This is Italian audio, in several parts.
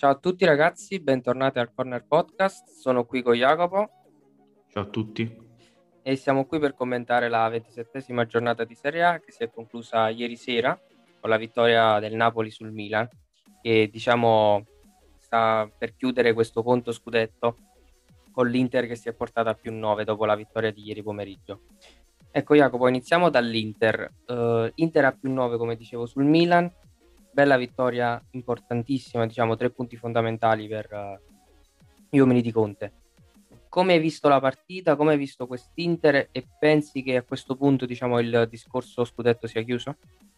Ciao a tutti ragazzi, bentornati al Corner Podcast. Sono qui con Jacopo Ciao a tutti. e siamo qui per commentare la 27esima giornata di Serie A che si è conclusa ieri sera con la vittoria del Napoli sul Milan, che diciamo sta per chiudere questo conto scudetto con l'Inter che si è portata a +9 dopo la vittoria di ieri pomeriggio. Ecco Jacopo, iniziamo dall'Inter. Inter a +9 come dicevo sul Milan, bella vittoria importantissima, diciamo 3 punti fondamentali per gli uomini di Conte. Come hai visto la partita? Come hai visto quest'Inter e pensi che a questo punto, diciamo, il discorso scudetto sia chiuso?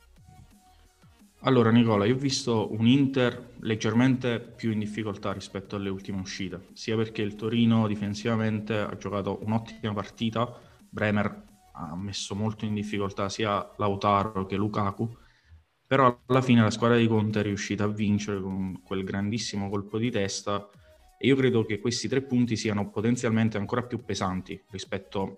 Allora Nicola, io ho visto un Inter leggermente più in difficoltà rispetto alle ultime uscite, sia perché il Torino difensivamente ha giocato un'ottima partita, Bremer ha messo molto in difficoltà sia Lautaro che Lukaku, però alla fine la squadra di Conte è riuscita a vincere con quel grandissimo colpo di testa e io credo che questi 3 punti siano potenzialmente ancora più pesanti rispetto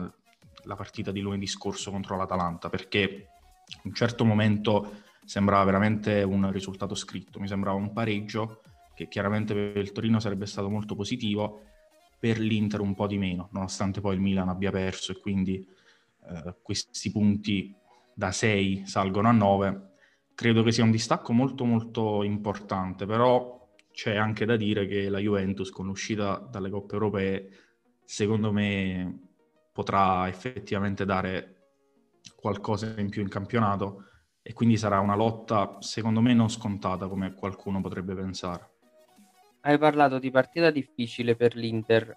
alla partita di lunedì scorso contro l'Atalanta, perché in un certo momento sembrava veramente un risultato scritto, mi sembrava un pareggio che chiaramente per il Torino sarebbe stato molto positivo, per l'Inter un po' di meno, nonostante poi il Milan abbia perso e quindi questi punti da 6 salgono a 9. Credo che sia un distacco molto molto importante, però c'è anche da dire che la Juventus con l'uscita dalle coppe europee secondo me potrà effettivamente dare qualcosa in più in campionato e quindi sarà una lotta secondo me non scontata come qualcuno potrebbe pensare. Hai parlato di partita difficile per l'Inter.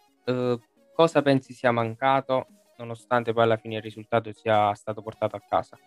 Cosa pensi sia mancato, nonostante poi alla fine il risultato sia stato portato a casa?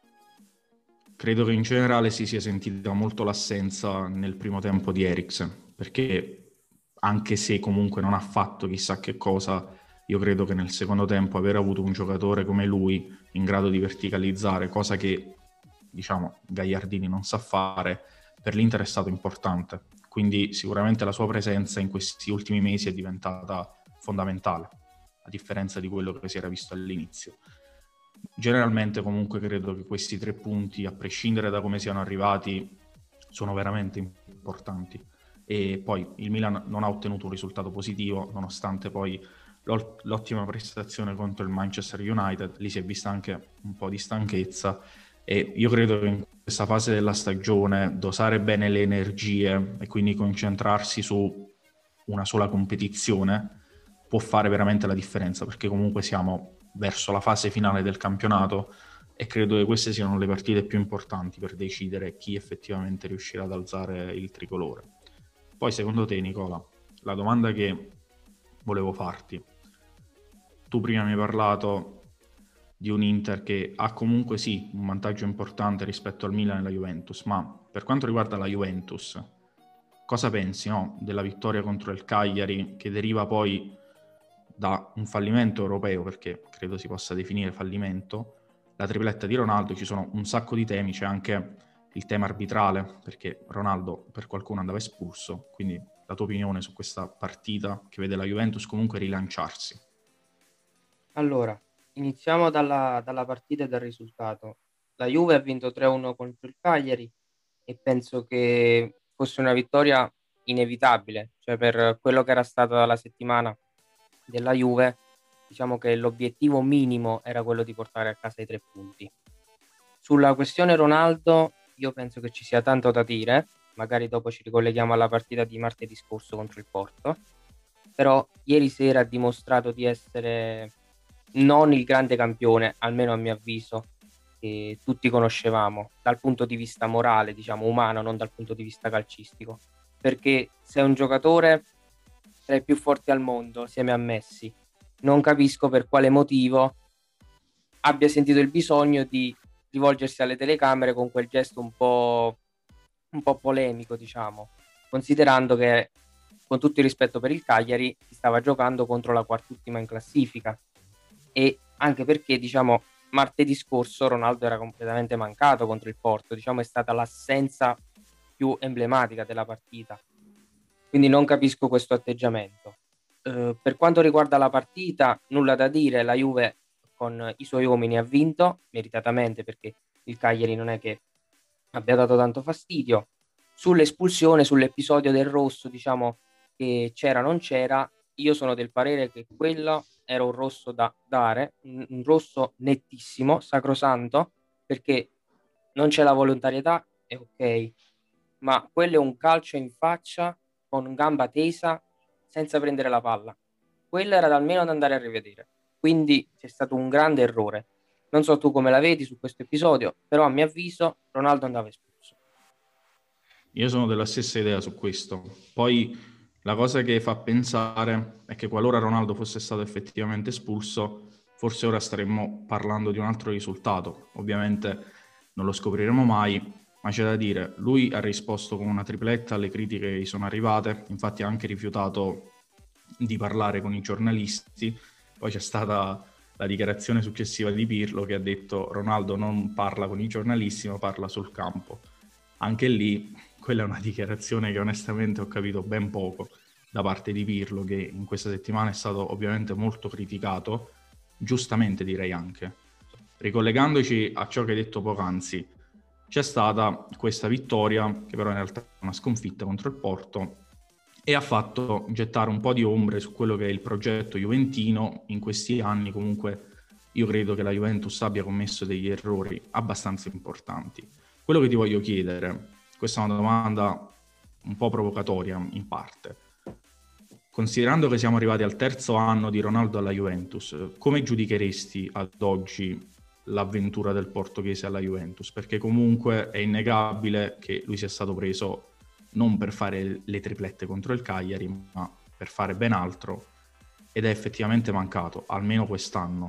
Credo che in generale si sia sentita molto l'assenza nel primo tempo di Eriksen, perché anche se comunque non ha fatto chissà che cosa, io credo che nel secondo tempo aver avuto un giocatore come lui in grado di verticalizzare, cosa che diciamo Gagliardini non sa fare, per l'Inter è stato importante. Quindi sicuramente la sua presenza in questi ultimi mesi è diventata fondamentale, a differenza di quello che si era visto all'inizio. Generalmente comunque credo che questi 3 punti, a prescindere da come siano arrivati, sono veramente importanti. E poi il Milan non ha ottenuto un risultato positivo, nonostante poi l'ottima prestazione contro il Manchester United. Lì si è vista anche un po' di stanchezza e io credo che in questa fase della stagione dosare bene le energie e quindi concentrarsi su una sola competizione può fare veramente la differenza, perché comunque siamo verso la fase finale del campionato e credo che queste siano le partite più importanti per decidere chi effettivamente riuscirà ad alzare il tricolore. Poi secondo te Nicola, la domanda che volevo farti, tu prima mi hai parlato di un Inter che ha comunque sì un vantaggio importante rispetto al Milan e alla Juventus, ma per quanto riguarda la Juventus, cosa pensi, no, della vittoria contro il Cagliari che deriva poi da un fallimento europeo, perché credo si possa definire fallimento, la tripletta di Ronaldo, ci sono un sacco di temi, c'è anche il tema arbitrale, perché Ronaldo per qualcuno andava espulso, quindi la tua opinione su questa partita che vede la Juventus comunque rilanciarsi? Allora, iniziamo dalla partita e dal risultato. La Juve ha vinto 3-1 contro il Cagliari e penso che fosse una vittoria inevitabile, cioè per quello che era stata la settimana della Juve, diciamo che l'obiettivo minimo era quello di portare a casa i 3 punti. Sulla questione Ronaldo, io penso che ci sia tanto da dire, magari dopo ci ricolleghiamo alla partita di martedì scorso contro il Porto, però ieri sera ha dimostrato di essere non il grande campione, almeno a mio avviso, che tutti conoscevamo, dal punto di vista morale, diciamo umano, non dal punto di vista calcistico, perché se è un giocatore tra i più forti al mondo, assieme a Messi, non capisco per quale motivo abbia sentito il bisogno di rivolgersi alle telecamere con quel gesto un po' polemico, diciamo, considerando che, con tutto il rispetto per il Cagliari, si stava giocando contro la quart'ultima in classifica e anche perché, diciamo, martedì scorso Ronaldo era completamente mancato contro il Porto, diciamo è stata l'assenza più emblematica della partita, quindi non capisco questo atteggiamento. Per quanto riguarda la partita, nulla da dire, la Juve con i suoi uomini ha vinto meritatamente perché il Cagliari non è che abbia dato tanto fastidio. Sull'espulsione, sull'episodio del rosso, diciamo che c'era o non c'era, io sono del parere che quello era un rosso da dare, un rosso nettissimo, sacrosanto, perché non c'è la volontarietà, è ok, ma quello è un calcio in faccia con gamba tesa senza prendere la palla. Quello era da almeno da andare a rivedere. Quindi c'è stato un grande errore. Non so tu come la vedi su questo episodio, però a mio avviso Ronaldo andava espulso. Io sono della stessa idea su questo. Poi la cosa che fa pensare è che qualora Ronaldo fosse stato effettivamente espulso, forse ora staremmo parlando di un altro risultato. Ovviamente non lo scopriremo mai, ma c'è da dire, lui ha risposto con una tripletta alle critiche che gli sono arrivate, infatti ha anche rifiutato di parlare con i giornalisti. Poi c'è stata la dichiarazione successiva di Pirlo che ha detto Ronaldo non parla con i giornalisti ma parla sul campo. Anche lì, quella è una dichiarazione che onestamente ho capito ben poco da parte di Pirlo, che in questa settimana è stato ovviamente molto criticato, giustamente direi anche. Ricollegandoci a ciò che hai detto poc'anzi, c'è stata questa vittoria, che però in realtà è una sconfitta contro il Porto, e ha fatto gettare un po' di ombre su quello che è il progetto juventino. In questi anni comunque io credo che la Juventus abbia commesso degli errori abbastanza importanti. Quello che ti voglio chiedere, questa è una domanda un po' provocatoria in parte, considerando che siamo arrivati al terzo anno di Ronaldo alla Juventus, come giudicheresti ad oggi l'avventura del portoghese alla Juventus? Perché comunque è innegabile che lui sia stato preso non per fare le triplette contro il Cagliari, ma per fare ben altro, ed è effettivamente mancato, almeno quest'anno.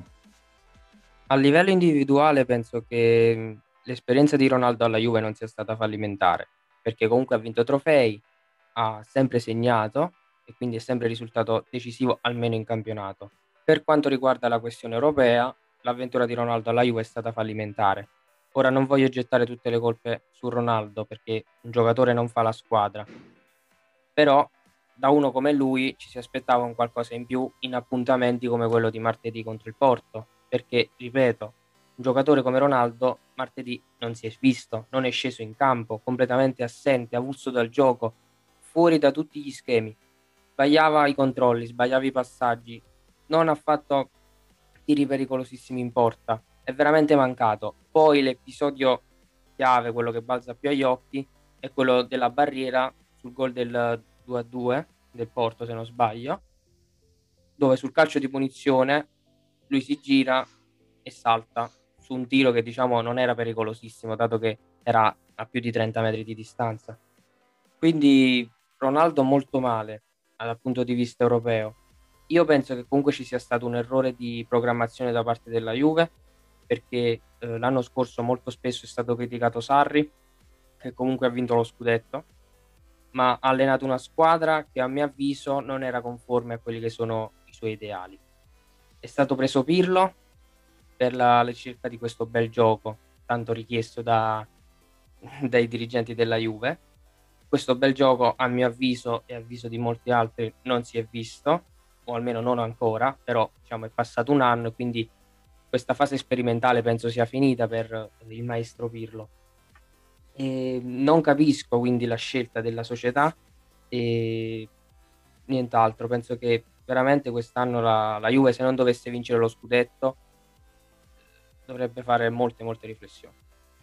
A livello individuale penso che l'esperienza di Ronaldo alla Juve non sia stata fallimentare, perché comunque ha vinto trofei, ha sempre segnato e quindi è sempre risultato decisivo almeno in campionato. Per quanto riguarda la questione europea, l'avventura di Ronaldo alla Juve è stata fallimentare. Ora non voglio gettare tutte le colpe su Ronaldo perché un giocatore non fa la squadra, però da uno come lui ci si aspettava un qualcosa in più in appuntamenti come quello di martedì contro il Porto, perché, ripeto, un giocatore come Ronaldo martedì non si è visto, non è sceso in campo, completamente assente, avulso dal gioco, fuori da tutti gli schemi, sbagliava i controlli, sbagliava i passaggi, non ha fatto tiri pericolosissimi in porta, è veramente mancato. Poi l'episodio chiave, quello che balza più agli occhi, è quello della barriera sul gol del 2-2 del Porto, se non sbaglio, dove sul calcio di punizione lui si gira e salta su un tiro che diciamo non era pericolosissimo, dato che era a più di 30 metri di distanza. Quindi Ronaldo molto male dal punto di vista europeo. Io penso che comunque ci sia stato un errore di programmazione da parte della Juve, perché l'anno scorso molto spesso è stato criticato Sarri, che comunque ha vinto lo scudetto, ma ha allenato una squadra che a mio avviso non era conforme a quelli che sono i suoi ideali. È stato preso Pirlo per la ricerca di questo bel gioco, tanto richiesto dai dirigenti della Juve. Questo bel gioco, a mio avviso e a avviso di molti altri, non si è visto, o almeno non ancora, però diciamo è passato un anno e quindi questa fase sperimentale penso sia finita per il maestro Pirlo. E non capisco quindi la scelta della società e nient'altro. Penso che veramente quest'anno la Juve, se non dovesse vincere lo scudetto, dovrebbe fare molte, molte riflessioni.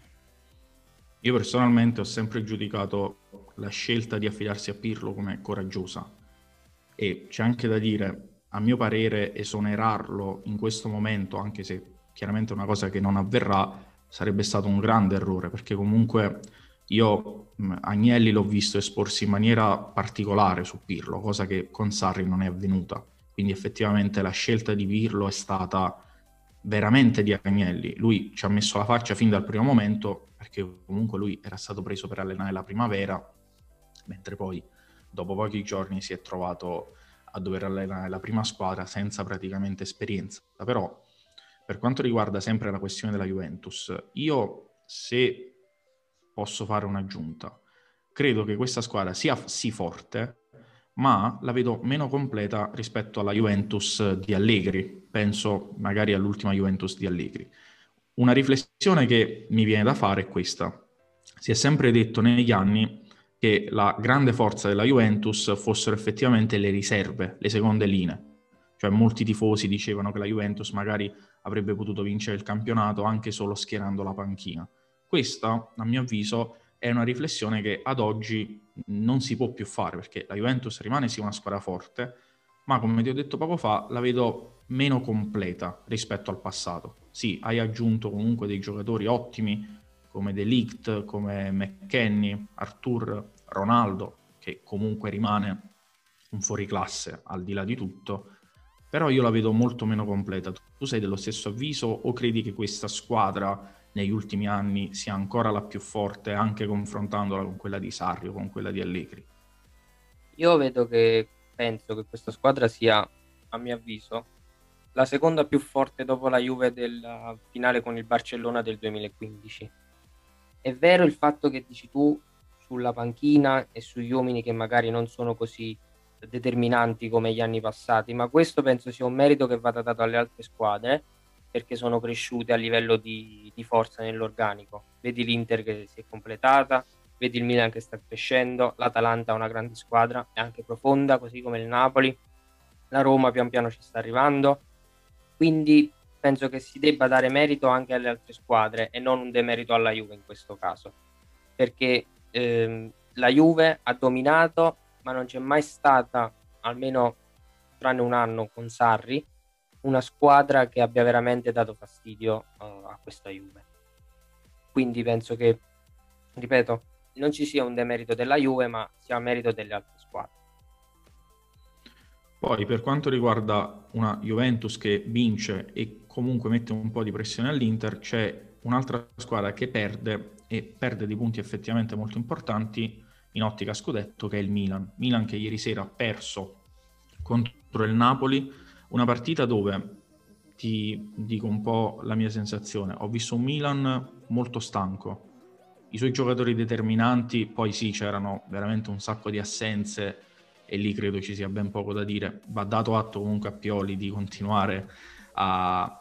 Io personalmente ho sempre giudicato la scelta di affidarsi a Pirlo come coraggiosa, e c'è anche da dire, a mio parere, esonerarlo in questo momento, anche se chiaramente è una cosa che non avverrà, sarebbe stato un grande errore, perché comunque io Agnelli l'ho visto esporsi in maniera particolare su Pirlo, cosa che con Sarri non è avvenuta. Quindi effettivamente la scelta di Pirlo è stata veramente di Agnelli. Lui ci ha messo la faccia fin dal primo momento, perché comunque lui era stato preso per allenare la primavera, mentre poi dopo pochi giorni si è trovato a dover allenare la prima squadra senza praticamente esperienza. Però per quanto riguarda sempre la questione della Juventus, io, se posso fare un'aggiunta, credo che questa squadra sia sì forte, ma la vedo meno completa rispetto alla Juventus di Allegri. Penso magari all'ultima Juventus di Allegri. Una riflessione che mi viene da fare è questa. Si è sempre detto negli anni che la grande forza della Juventus fossero effettivamente le riserve, le seconde linee. Cioè molti tifosi dicevano che la Juventus magari avrebbe potuto vincere il campionato anche solo schierando la panchina. Questa, a mio avviso, è una riflessione che ad oggi non si può più fare, perché la Juventus rimane sì una squadra forte, ma come ti ho detto poco fa, la vedo meno completa rispetto al passato. Sì, hai aggiunto comunque dei giocatori ottimi, come De Ligt, come McKennie, Arthur, Ronaldo, che comunque rimane un fuoriclasse al di là di tutto, però io la vedo molto meno completa. Tu sei dello stesso avviso o credi che questa squadra negli ultimi anni sia ancora la più forte, anche confrontandola con quella di Sarri o con quella di Allegri? Io penso che questa squadra sia, a mio avviso, la seconda più forte dopo la Juve del finale con il Barcellona del 2015. È vero il fatto che dici tu sulla panchina e sugli uomini che magari non sono così determinanti come gli anni passati, ma questo penso sia un merito che vada dato alle altre squadre perché sono cresciute a livello di forza nell'organico. Vedi l'Inter che si è completata, vedi il Milan che sta crescendo, l'Atalanta è una grande squadra, è anche profonda, così come il Napoli, la Roma pian piano ci sta arrivando, quindi penso che si debba dare merito anche alle altre squadre e non un demerito alla Juve in questo caso, perché la Juve ha dominato, ma non c'è mai stata, almeno tranne un anno con Sarri, una squadra che abbia veramente dato fastidio a questa Juve. Quindi penso che, ripeto, non ci sia un demerito della Juve, ma sia un merito delle altre squadre. Poi per quanto riguarda una Juventus che vince e comunque mette un po' di pressione all'Inter, c'è un'altra squadra che perde e perde dei punti effettivamente molto importanti in ottica scudetto, che è il Milan. Milan che ieri sera ha perso contro il Napoli, una partita dove ti dico un po' la mia sensazione. Ho visto un Milan molto stanco, i suoi giocatori determinanti, poi sì, c'erano veramente un sacco di assenze e lì credo ci sia ben poco da dire. Va dato atto comunque a Pioli di continuare a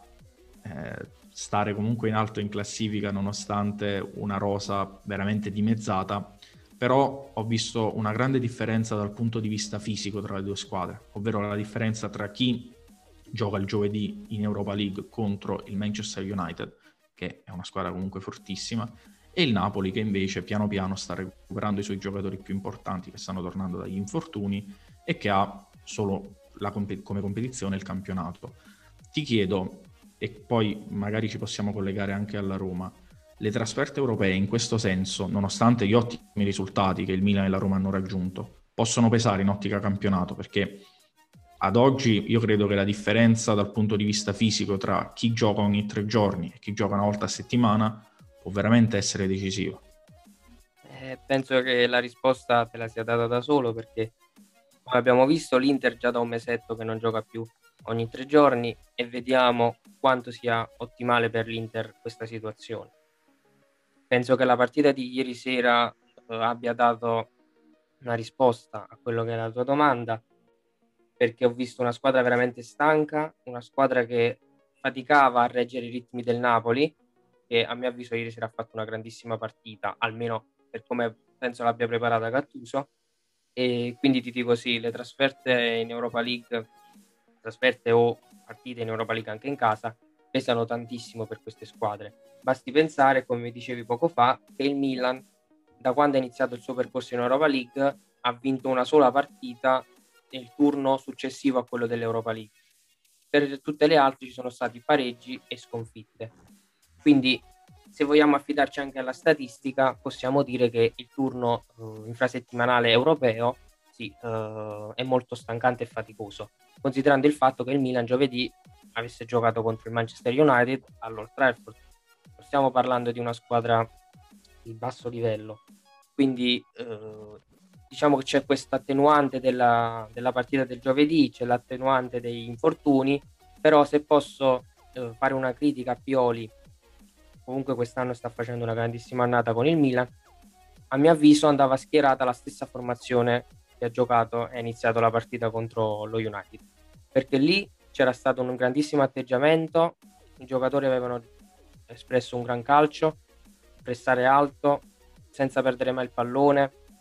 stare comunque in alto in classifica nonostante una rosa veramente dimezzata, però ho visto una grande differenza dal punto di vista fisico tra le due squadre, ovvero la differenza tra chi gioca il giovedì in Europa League contro il Manchester United, che è una squadra comunque fortissima, e il Napoli che invece piano piano sta recuperando i suoi giocatori più importanti che stanno tornando dagli infortuni e che ha solo come competizione il campionato. Ti chiedo, e poi magari ci possiamo collegare anche alla Roma, le trasferte europee in questo senso, nonostante gli ottimi risultati che il Milan e la Roma hanno raggiunto, possono pesare in ottica campionato? Perché ad oggi io credo che la differenza dal punto di vista fisico tra chi gioca ogni 3 giorni e chi gioca una volta a settimana può veramente essere decisiva. Penso che la risposta te la sia data da solo perché, come abbiamo visto, l'Inter già da un mesetto che non gioca più ogni 3 giorni e vediamo quanto sia ottimale per l'Inter questa situazione. Penso che la partita di ieri sera abbia dato una risposta a quello che è la tua domanda, perché ho visto una squadra veramente stanca, una squadra che faticava a reggere i ritmi del Napoli, che a mio avviso ieri sera ha fatto una grandissima partita, almeno per come penso l'abbia preparata Gattuso, e quindi ti dico sì, le trasferte in Europa League, trasferte o partite in Europa League anche in casa, pesano tantissimo per queste squadre. Basti pensare, come mi dicevi poco fa, che il Milan, da quando ha iniziato il suo percorso in Europa League, ha vinto una sola partita nel turno successivo a quello dell'Europa League. Per tutte le altre ci sono stati pareggi e sconfitte. Quindi, se vogliamo affidarci anche alla statistica, possiamo dire che il turno infrasettimanale europeo sì, è molto stancante e faticoso, considerando il fatto che il Milan giovedì avesse giocato contro il Manchester United all'Old Trafford. Non stiamo parlando di una squadra di basso livello, quindi diciamo che c'è questa attenuante della partita del giovedì, c'è l'attenuante degli infortuni, però se posso fare una critica a Pioli, comunque quest'anno sta facendo una grandissima annata con il Milan, a mio avviso andava schierata la stessa formazione che ha giocato e ha iniziato la partita contro lo United, perché lì c'era stato un grandissimo atteggiamento, i giocatori avevano espresso un gran calcio, pressare alto senza perdere mai il pallone,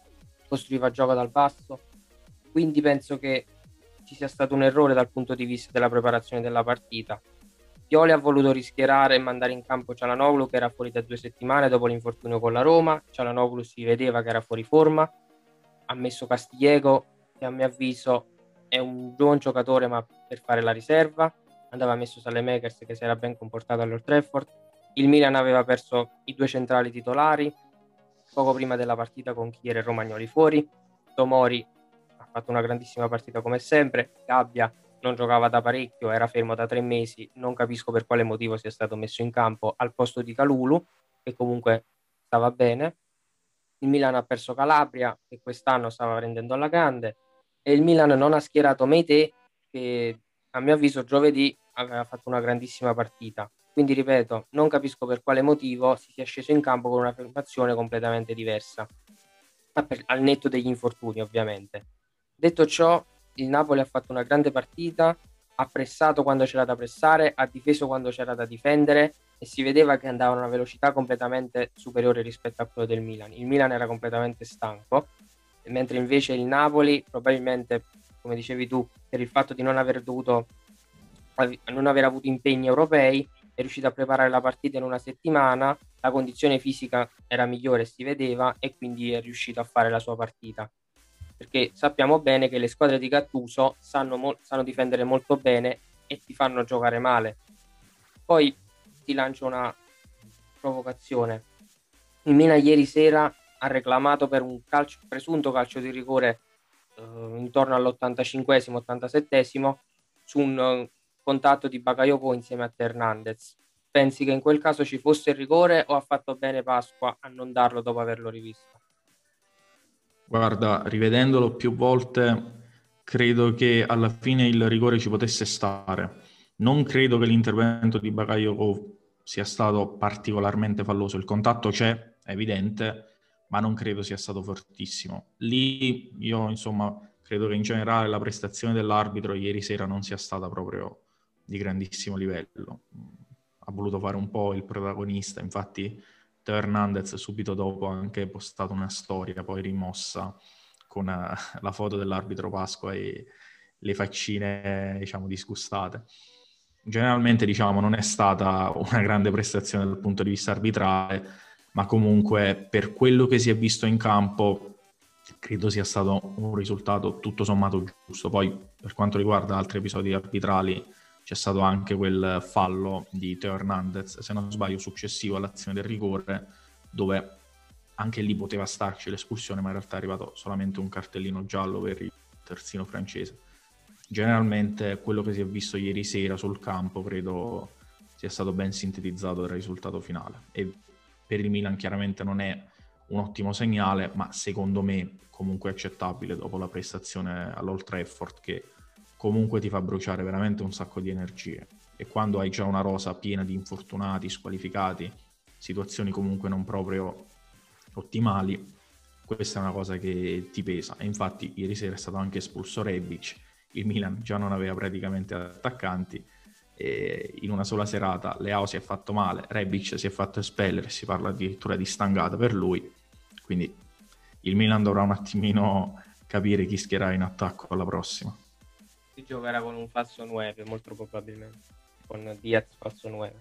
costruiva gioco dal basso, quindi penso che ci sia stato un errore dal punto di vista della preparazione della partita. Pioli ha voluto rischiarare e mandare in campo Cialanoglu, che era fuori da 2 settimane dopo l'infortunio con la Roma. Cialanoglu si vedeva che era fuori forma, ha messo Castillejo, che a mio avviso è un buon giocatore ma per fare la riserva, andava messo Saelemaekers, che si era ben comportato all'Old Trafford. Il Milan aveva perso i 2 centrali titolari poco prima della partita con Chiere e Romagnoli fuori. Tomori ha fatto una grandissima partita come sempre. Gabbia non giocava da parecchio, era fermo da 3 mesi, non capisco per quale motivo sia stato messo in campo al posto di Kalulu, che comunque stava bene. Il Milan ha perso Calabria, che quest'anno stava prendendo alla grande, e il Milan non ha schierato Meite, che a mio avviso giovedì aveva fatto una grandissima partita. Quindi ripeto, non capisco per quale motivo si sia sceso in campo con una formazione completamente diversa, al netto degli infortuni ovviamente. Detto ciò, il Napoli ha fatto una grande partita, ha pressato quando c'era da pressare, ha difeso quando c'era da difendere e si vedeva che andava a una velocità completamente superiore rispetto a quello del Milan. Il Milan era completamente stanco, mentre invece il Napoli, probabilmente, come dicevi tu, per il fatto di non aver avuto impegni europei, è riuscito a preparare la partita in una settimana, la condizione fisica era migliore, si vedeva, e quindi è riuscito a fare la sua partita. Perché sappiamo bene che le squadre di Gattuso sanno difendere molto bene e ti fanno giocare male. Poi ti lancio una provocazione. Il Milan ieri sera ha reclamato per un presunto calcio di rigore intorno all'85esimo, 87esimo, su un contatto di Bakayoko insieme a Teo Hernandez. Pensi che in quel caso ci fosse il rigore o ha fatto bene Pasqua a non darlo dopo averlo rivisto? Guarda, rivedendolo più volte, credo che alla fine il rigore ci potesse stare. Non credo che l'intervento di Bakayoko sia stato particolarmente falloso. Il contatto c'è, è evidente, ma non credo sia stato fortissimo. Lì io, insomma, credo che in generale la prestazione dell'arbitro ieri sera non sia stata proprio di grandissimo livello. Ha voluto fare un po' il protagonista, infatti Teo Hernandez subito dopo ha anche postato una storia poi rimossa con la foto dell'arbitro Pasqua e le faccine, diciamo, disgustate. Generalmente, diciamo, non è stata una grande prestazione dal punto di vista arbitrale, ma comunque per quello che si è visto in campo credo sia stato un risultato tutto sommato giusto. Poi per quanto riguarda altri episodi arbitrali c'è stato anche quel fallo di Teo Hernandez, se non sbaglio successivo all'azione del rigore, dove anche lì poteva starci l'espulsione, ma in realtà è arrivato solamente un cartellino giallo per il terzino francese. Generalmente quello che si è visto ieri sera sul campo credo sia stato ben sintetizzato dal risultato finale, e per il Milan chiaramente non è un ottimo segnale, ma secondo me comunque accettabile dopo la prestazione all'Old Trafford, che comunque ti fa bruciare veramente un sacco di energie, e quando hai già una rosa piena di infortunati, squalificati, situazioni comunque non proprio ottimali, questa è una cosa che ti pesa. E infatti ieri sera è stato anche espulso Rebic, il Milan già non aveva praticamente attaccanti, e in una sola serata Leao si è fatto male, Rebic si è fatto espellere, si parla addirittura di stangata per lui, quindi il Milan dovrà un attimino capire chi schierare in attacco alla prossima. Si giocherà con un falso 9 molto probabilmente, con Diaz falso 9.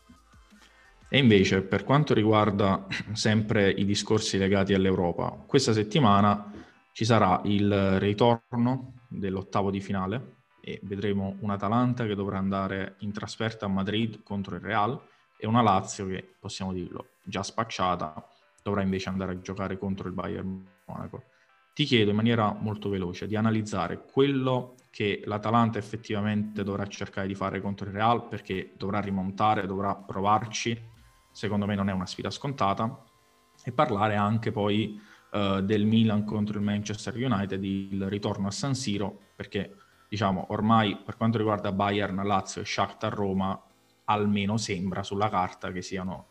E invece, per quanto riguarda sempre i discorsi legati all'Europa, questa settimana ci sarà il ritorno dell'ottavo di finale e vedremo un Atalanta che dovrà andare in trasferta a Madrid contro il Real, e una Lazio che, possiamo dirlo, già spacciata, dovrà invece andare a giocare contro il Bayern Monaco. Ti chiedo in maniera molto veloce di analizzare quello che l'Atalanta effettivamente dovrà cercare di fare contro il Real, perché dovrà rimontare, dovrà provarci. Secondo me non è una sfida scontata, e parlare anche poi del Milan contro il Manchester United, il ritorno a San Siro, perché diciamo ormai per quanto riguarda Bayern, Lazio e Shakhtar Roma, almeno sembra sulla carta che siano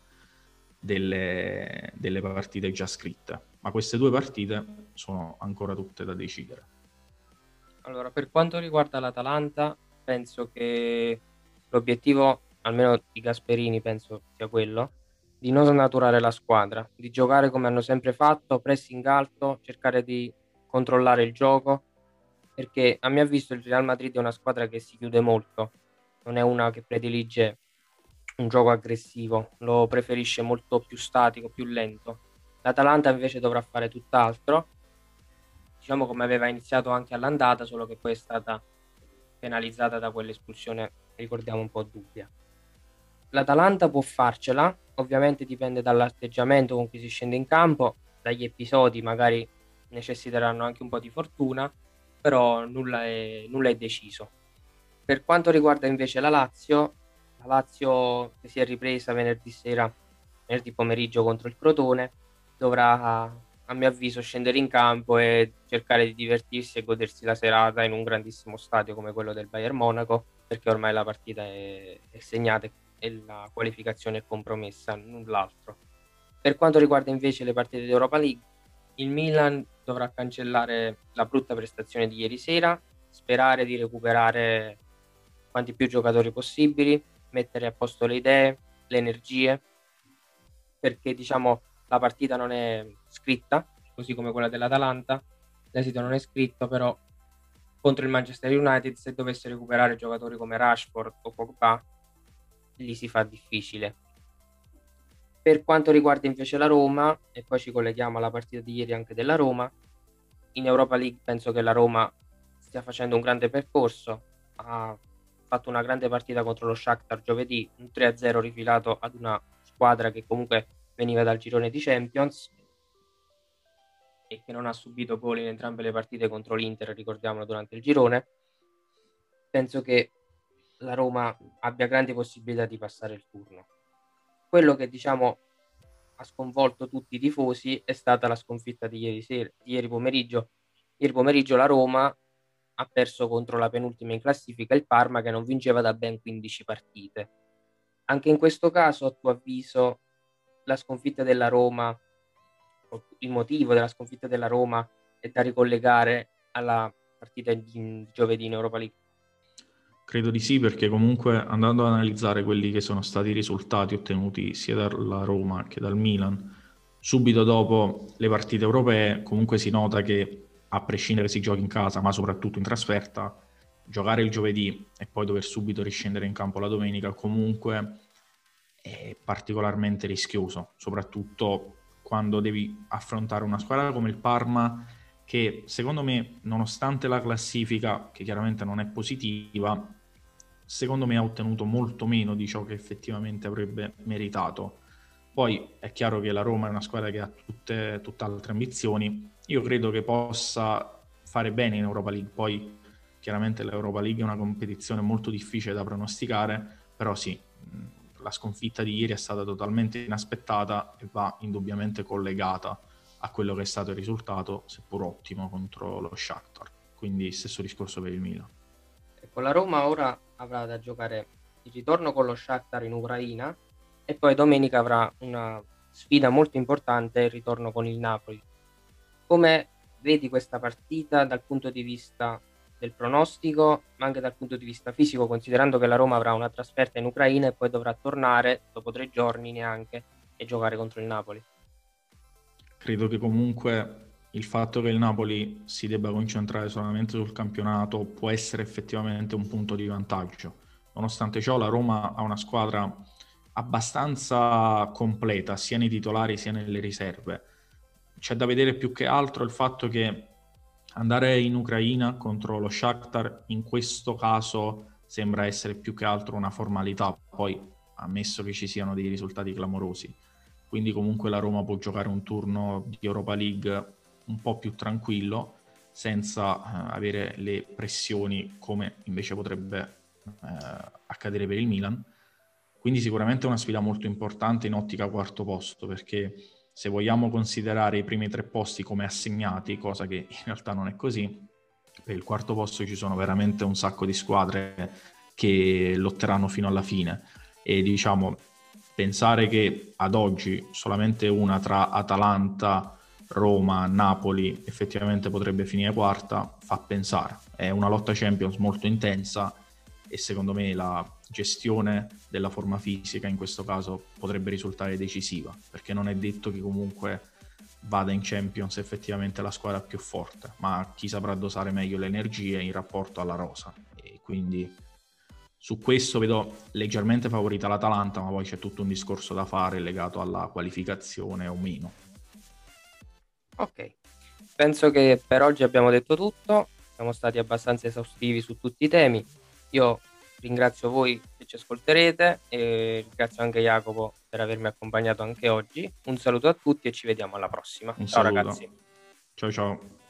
delle partite già scritte, ma queste due partite sono ancora tutte da decidere. Allora, per quanto riguarda l'Atalanta, penso che l'obiettivo, almeno di Gasperini, penso sia quello, di non snaturare la squadra, di giocare come hanno sempre fatto, pressing alto, cercare di controllare il gioco, perché a mio avviso il Real Madrid è una squadra che si chiude molto, non è una che predilige un gioco aggressivo, lo preferisce molto più statico, più lento. L'Atalanta invece dovrà fare tutt'altro, diciamo come aveva iniziato anche all'andata, solo che poi è stata penalizzata da quell'espulsione, ricordiamo, un po' dubbia. L'Atalanta può farcela, ovviamente dipende dall'atteggiamento con cui si scende in campo, dagli episodi magari necessiteranno anche un po' di fortuna, però nulla è deciso. Per quanto riguarda invece la Lazio che si è ripresa venerdì pomeriggio contro il Crotone, dovrà a mio avviso scendere in campo e cercare di divertirsi e godersi la serata in un grandissimo stadio come quello del Bayern Monaco, perché ormai la partita è segnata e la qualificazione è compromessa, null'altro. Per quanto riguarda invece le partite di Europa League, il Milan dovrà cancellare la brutta prestazione di ieri sera, sperare di recuperare quanti più giocatori possibili, mettere a posto le idee, le energie, perché diciamo la partita non è scritta, così come quella dell'Atalanta, l'esito non è scritto, però contro il Manchester United se dovesse recuperare giocatori come Rashford o Pogba gli si fa difficile. Per quanto riguarda invece la Roma, e poi ci colleghiamo alla partita di ieri anche della Roma, in Europa League penso che la Roma stia facendo un grande percorso, ha fatto una grande partita contro lo Shakhtar giovedì, un 3-0 rifilato ad una squadra che comunque veniva dal girone di Champions e che non ha subito gol in entrambe le partite contro l'Inter, ricordiamolo, durante il girone. Penso che la Roma abbia grandi possibilità di passare il turno. Quello che diciamo ha sconvolto tutti i tifosi è stata la sconfitta di ieri pomeriggio. Ieri pomeriggio la Roma ha perso contro la penultima in classifica, il Parma, che non vinceva da ben 15 partite. Anche in questo caso, a tuo avviso, la sconfitta della Roma, il motivo della sconfitta della Roma è da ricollegare alla partita di giovedì in Europa League? Credo di sì, perché comunque andando ad analizzare quelli che sono stati i risultati ottenuti sia dalla Roma che dal Milan, subito dopo le partite europee, comunque si nota che a prescindere si giochi in casa, ma soprattutto in trasferta, giocare il giovedì e poi dover subito riscendere in campo la domenica comunque è particolarmente rischioso, soprattutto quando devi affrontare una squadra come il Parma che secondo me, nonostante la classifica, che chiaramente non è positiva, secondo me ha ottenuto molto meno di ciò che effettivamente avrebbe meritato. Poi è chiaro che la Roma è una squadra che ha tutt'altre ambizioni. Io credo che possa fare bene in Europa League. Poi chiaramente l'Europa League è una competizione molto difficile da pronosticare, però sì, la sconfitta di ieri è stata totalmente inaspettata e va indubbiamente collegata a quello che è stato il risultato, seppur ottimo, contro lo Shakhtar. Quindi stesso discorso per il Milan. Ecco, la Roma ora avrà da giocare il ritorno con lo Shakhtar in Ucraina e poi domenica avrà una sfida molto importante, il ritorno con il Napoli. Come vedi questa partita dal punto di vista del pronostico, ma anche dal punto di vista fisico, considerando che la Roma avrà una trasferta in Ucraina e poi dovrà tornare dopo 3 giorni neanche e giocare contro il Napoli? Credo che comunque il fatto che il Napoli si debba concentrare solamente sul campionato può essere effettivamente un punto di vantaggio. Nonostante ciò, la Roma ha una squadra abbastanza completa, sia nei titolari sia nelle riserve. C'è da vedere più che altro il fatto che andare in Ucraina contro lo Shakhtar in questo caso sembra essere più che altro una formalità, poi ammesso che ci siano dei risultati clamorosi. Quindi comunque la Roma può giocare un turno di Europa League un po' più tranquillo, senza avere le pressioni come invece potrebbe accadere per il Milan. Quindi sicuramente è una sfida molto importante in ottica quarto posto, perché se vogliamo considerare i primi 3 posti come assegnati, cosa che in realtà non è così, per il quarto posto ci sono veramente un sacco di squadre che lotteranno fino alla fine e diciamo pensare che ad oggi solamente una tra Atalanta, Roma, Napoli effettivamente potrebbe finire quarta fa pensare. È una lotta Champions molto intensa e secondo me la gestione della forma fisica in questo caso potrebbe risultare decisiva, perché non è detto che comunque vada in Champions effettivamente la squadra più forte, ma chi saprà dosare meglio le energie in rapporto alla rosa, e quindi su questo vedo leggermente favorita l'Atalanta, ma poi c'è tutto un discorso da fare legato alla qualificazione o meno. Ok, penso che per oggi abbiamo detto tutto, siamo stati abbastanza esaustivi su tutti i temi. Io ringrazio voi che ci ascolterete e ringrazio anche Jacopo per avermi accompagnato anche oggi. Un saluto a tutti e ci vediamo alla prossima. Un Ciao saluto. ragazzi. Ciao ciao.